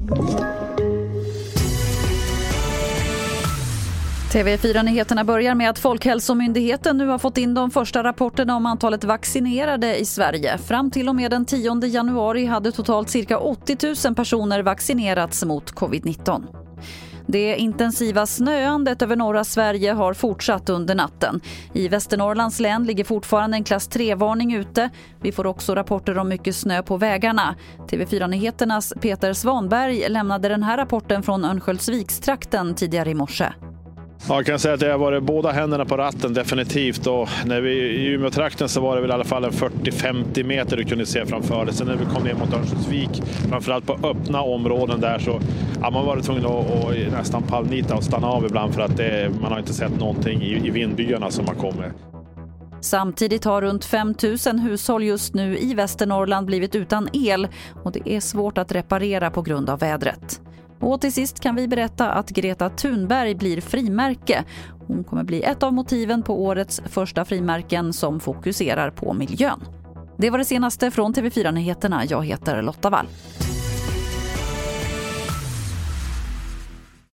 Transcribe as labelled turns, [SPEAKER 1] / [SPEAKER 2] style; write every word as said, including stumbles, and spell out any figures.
[SPEAKER 1] T V fyra-nyheterna börjar med att Folkhälsomyndigheten nu har fått in de första rapporterna om antalet vaccinerade i Sverige. Fram till och med den tionde januari hade totalt cirka åttio tusen personer vaccinerats mot covid nitton. Det intensiva snöandet över norra Sverige har fortsatt under natten. I Västernorrlands län ligger fortfarande en klass tre-varning ute. Vi får också rapporter om mycket snö på vägarna. T V fyra-nyheternas Peter Svanberg lämnade den här rapporten från Örnsköldsvikstrakten tidigare i morse.
[SPEAKER 2] Ja, jag kan säga att jag har varit båda händerna på ratten definitivt, och när vi i Umeå-trakten så var det väl i alla fall en fyrtio till femtio meter du kunde se framför dig. Sen när vi kom ner mot Örnsköldsvik, framförallt på öppna områden där, så ja, man var tvungen att, att nästan pallnita och stanna av ibland för att det, man har inte sett någonting i, i vindbyarna som har kommit.
[SPEAKER 1] Samtidigt har runt fem tusen hushåll just nu i Västernorrland blivit utan el, och det är svårt att reparera på grund av vädret. Och till sist kan vi berätta att Greta Thunberg blir frimärke. Hon kommer bli ett av motiven på årets första frimärken som fokuserar på miljön. Det var det senaste från T V fyra-nyheterna. Jag heter Lotta Wall.